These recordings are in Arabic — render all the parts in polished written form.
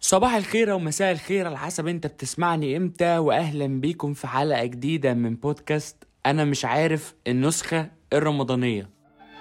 صباح الخير ومساء الخير على حسب انت بتسمعني امتى، واهلا بيكم في حلقة جديدة من بودكاست انا مش عارف النسخة الرمضانية.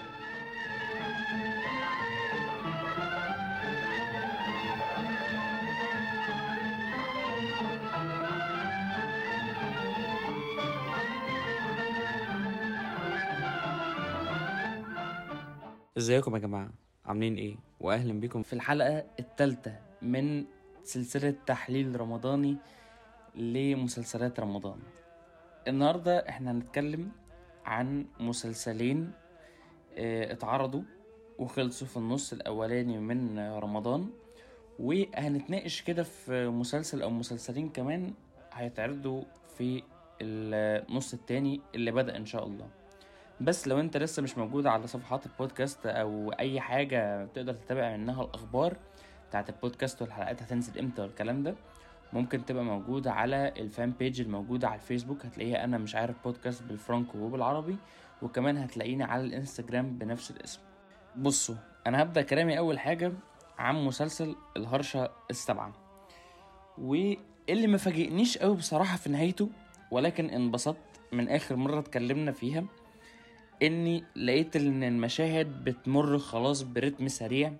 ازيكم يا جماعة، عاملين ايه؟ واهلا بيكم في الحلقة الثالثة من سلسلة تحليل رمضاني لمسلسلات رمضان. النهاردة احنا هنتكلم عن مسلسلين اتعرضوا وخلصوا في النص الاولاني من رمضان، وهنتناقش كده في مسلسل او مسلسلين كمان هيتعرضوا في النص التاني اللي بدأ ان شاء الله. بس لو انت لسه مش موجود على صفحات البودكاست او اي حاجة تقدر تتابع منها الاخبار بتاعت البودكاست والحلقات هتنزل امتى والكلام ده، ممكن تبقى موجودة على الفان بيج الموجودة على الفيسبوك، هتلاقيها انا مش عارف بودكاست بالفرنكو وبالعربي، وكمان هتلاقيني على الانستجرام بنفس الاسم. بصوا، انا هبدأ كلامي اول حاجة عن مسلسل الهرشة السبعة، واللي ما فاجئنيش قوي بصراحة في نهايته، ولكن انبسطت من اخر مرة اتكلمنا فيها اني لقيت ان المشاهد بتمر خلاص برتم سريع.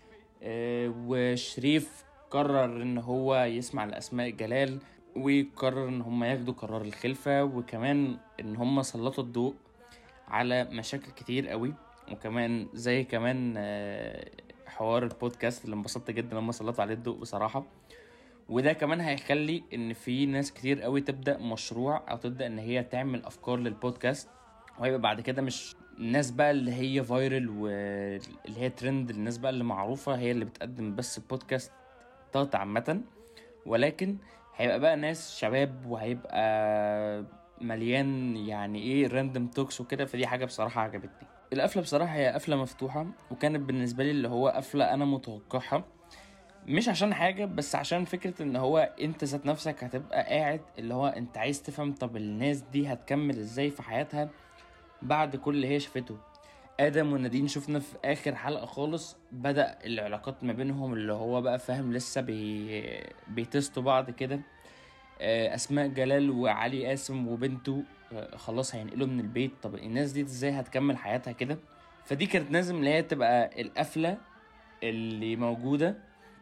وشريف قرر ان هو يسمع لاسماء جلال، وقرر ان هم ياخدوا قرار الخلفة، وكمان ان هم سلطوا الضوء على مشاكل كتير قوي، وكمان زي كمان حوار البودكاست اللي انبسطت جدا لما سلطوا عليه الضوء بصراحة. وده كمان هيخلي ان في ناس كتير قوي تبدأ مشروع او تبدأ ان هي تعمل افكار للبودكاست، وهيبقى بعد كده مش الناس بقى اللي هي فايرل واللي هي ترند، الناس بقى اللي معروفة هي اللي بتقدم بس البودكاست عامة، ولكن هيبقى بقى ناس شباب وهيبقى مليان يعني ايه راندم توكس وكده. فدي حاجة بصراحة عجبتني. القفلة بصراحة هي قفلة مفتوحة، وكانت بالنسبة لي اللي هو قفلة انا متوقعها، مش عشان حاجة بس عشان فكرة ان هو انت ذات نفسك هتبقى قاعد اللي هو انت عايز تفهم طب الناس دي هتكمل ازاي في حياتها بعد كل اللي هي شافته. ادم ونادين شفنا في اخر حلقة خالص بدأ العلاقات ما بينهم اللي هو بقى فاهم لسه بيتستوا بعض كده. اسماء جلال وعلي قاسم وبنته خلاص هينقلوا من البيت. طب الناس دي ازاي هتكمل حياتها كده؟ فدي كانت لازم اللي هي تبقى القفلة اللي موجودة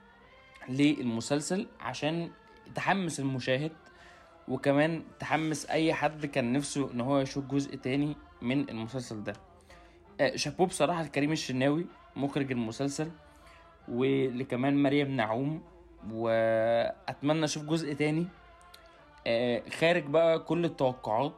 للمسلسل عشان تحمس المشاهد، وكمان تحمس اي حد كان نفسه ان هو يشوف جزء تاني من المسلسل ده. شابوه بصراحة لكريم الشناوي مخرج المسلسل، ولكمان مريم نعوم، واتمنى اشوف جزء تاني خارج بقى كل التوقعات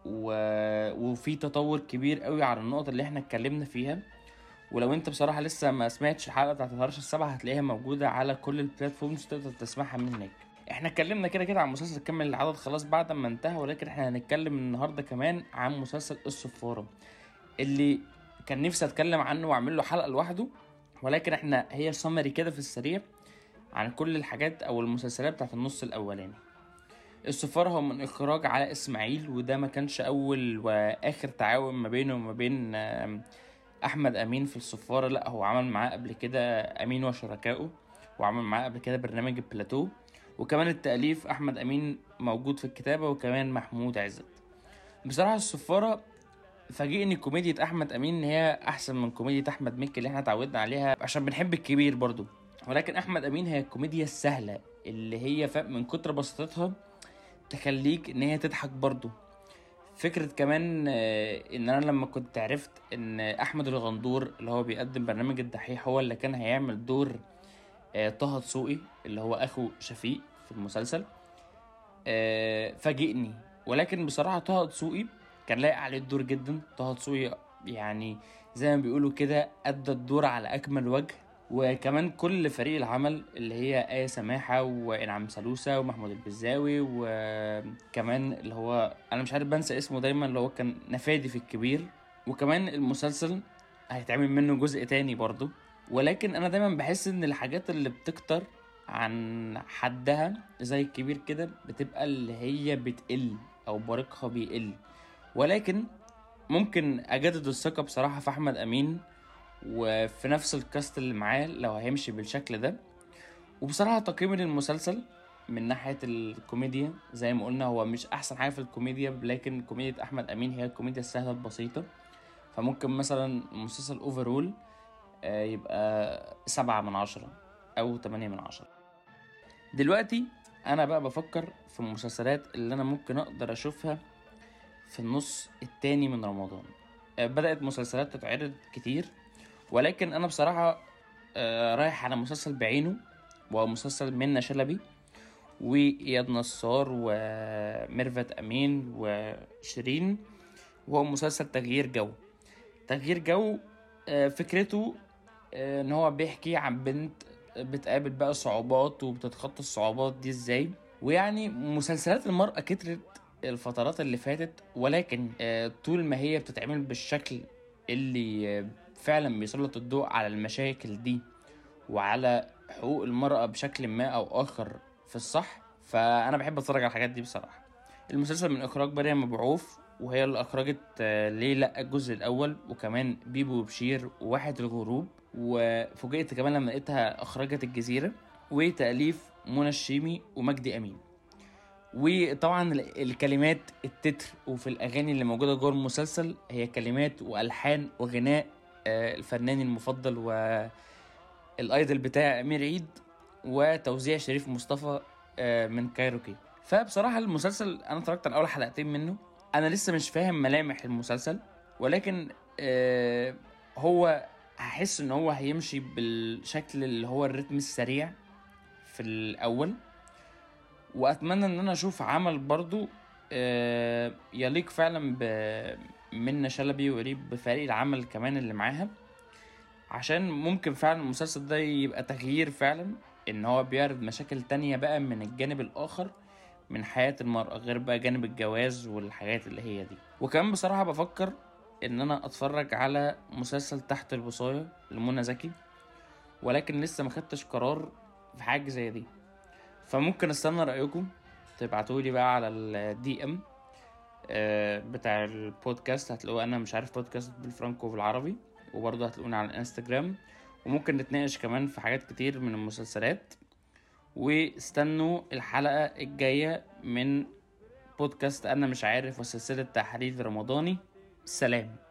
وفي تطور كبير قوي على النقط اللي احنا اتكلمنا فيها. ولو انت بصراحة لسه ما سمعتش الحلقة بتاعت الهرشة السبعة هتلاقيها موجودة على كل البلاتفورمز تقدر تسمعها من هناك. احنا اتكلمنا كده عن مسلسل كمل العدد خلاص بعد ما انتهى، ولكن احنا هنتكلم النهاردة كمان عن مسلسل الصفارة اللي كان نفسي اتكلم عنه واعمل له حلقة لوحده، ولكن احنا هي سمري كده في السريع عن كل الحاجات او المسلسلات بتاعت النص الاولاني. السفارة هو من اخراج علاء اسماعيل، وده ما كانش اول واخر تعاون ما بينه وما بين احمد امين في السفارة، لا هو عمل معاه قبل كده امين وشركائه، وعمل معاه قبل كده برنامج البلاتو، وكمان التأليف احمد امين موجود في الكتابة، وكمان محمود عزت. بصراحة السفارة فاجئني كوميديا احمد امين ان هي احسن من كوميديا احمد مكي اللي احنا اتعودنا عليها عشان بنحب الكبير برضو، ولكن احمد امين هي الكوميديا السهلة اللي هي من كتر بساطتها تخليك ان هي تضحك برضو. فكرة كمان ان انا لما كنت عرفت ان احمد الغندور اللي هو بيقدم برنامج الدحيح هو اللي كان هيعمل دور طه دسوقي اللي هو اخو شفيق في المسلسل، فاجئني. ولكن بصراحة طه دسوقي كان لايق عليه الدور جدا. طه دسوقي يعني زي ما بيقولوا كده ادى الدور على اكمل وجه، وكمان كل فريق العمل اللي هي آية سماحة وإنعام سلوسة ومحمود البزاوي، وكمان اللي هو أنا مش عارف بنسى اسمه دايما اللي هو كان نفادي في الكبير. وكمان المسلسل هيتعمل منه جزء تاني برضو، ولكن أنا دايما بحس إن الحاجات اللي بتكتر عن حدها زي الكبير كده بتبقى اللي هي بتقل أو بريقها بيقل، ولكن ممكن أجدد الثقة بصراحة في أحمد أمين وفي نفس الكاست اللي معاه لو هيمشي بالشكل ده. وبصراحة تقييمي للمسلسل من ناحية الكوميديا زي ما قلنا هو مش أحسن حاجة في الكوميديا، لكن كوميديا أحمد أمين هي الكوميديا السهلة البسيطة. فممكن مثلا المسلسل اوفرول يبقى 7/10 أو 8/10. دلوقتي أنا بقى بفكر في المسلسلات اللي أنا ممكن أقدر أشوفها في النص التاني من رمضان. بدأت مسلسلات تتعرض كتير، ولكن أنا بصراحة رايح على مسلسل بعينه، وهو مسلسل منة شلبي وإياد نصار وميرفت أمين وشيرين، وهو مسلسل تغيير جو. تغيير جو فكرته ان هو بيحكي عن بنت بتقابل بقى صعوبات وبتتخطى الصعوبات دي ازاي. ويعني مسلسلات المرأة كترت الفترات اللي فاتت، ولكن طول ما هي بتتعمل بالشكل اللي فعلا بيسلط الضوء على المشاكل دي وعلى حقوق المرأة بشكل ما او اخر في الصح، فانا بحب اتفرج على الحاجات دي بصراحة. المسلسل من اخراج مريم مبعوث، وهي اللي اخرجت ليه لا الجزء الاول، وكمان بيبو وبشير وواحد الغروب، وفوجئت كمان لما لقيتها اخرجت الجزيرة، وتأليف منى الشيمي ومجدي امين. وطبعا الكلمات التتر وفي الاغاني اللي موجودة جوه المسلسل هي كلمات والحان وغناء الفنان المفضل والايدل بتاع امير عيد، وتوزيع شريف مصطفى من كايروكي. فبصراحة المسلسل انا اتفرجت على اول حلقتين منه، انا لسه مش فاهم ملامح المسلسل، ولكن هو هحس ان هو هيمشي بالشكل اللي هو الريتم السريع في الاول، واتمنى ان انا اشوف عمل برضو يليق فعلا بمنة شلبي ويليق بفريق العمل كمان اللي معاها، عشان ممكن فعلا المسلسل ده يبقى تغيير فعلا، ان هو بيعرض مشاكل تانية بقى من الجانب الاخر من حياة المرأة، غير بقى جانب الجواز والحاجات اللي هي دي. وكمان بصراحة بفكر ان انا اتفرج على مسلسل تحت الوصاية لمنى زكي، ولكن لسه ما خدتش قرار في حاجة زي دي. فممكن استنى رأيكم، تبعتولي بقى على الدي ام بتاع البودكاست، هتلاقوه انا مش عارف بودكاست بالفرنكو وبالعربي، وبرضه هتلاقونا على الانستجرام، وممكن نتناقش كمان في حاجات كتير من المسلسلات. واستنوا الحلقة الجاية من بودكاست انا مش عارف وسلسلة تحليل رمضاني. سلام.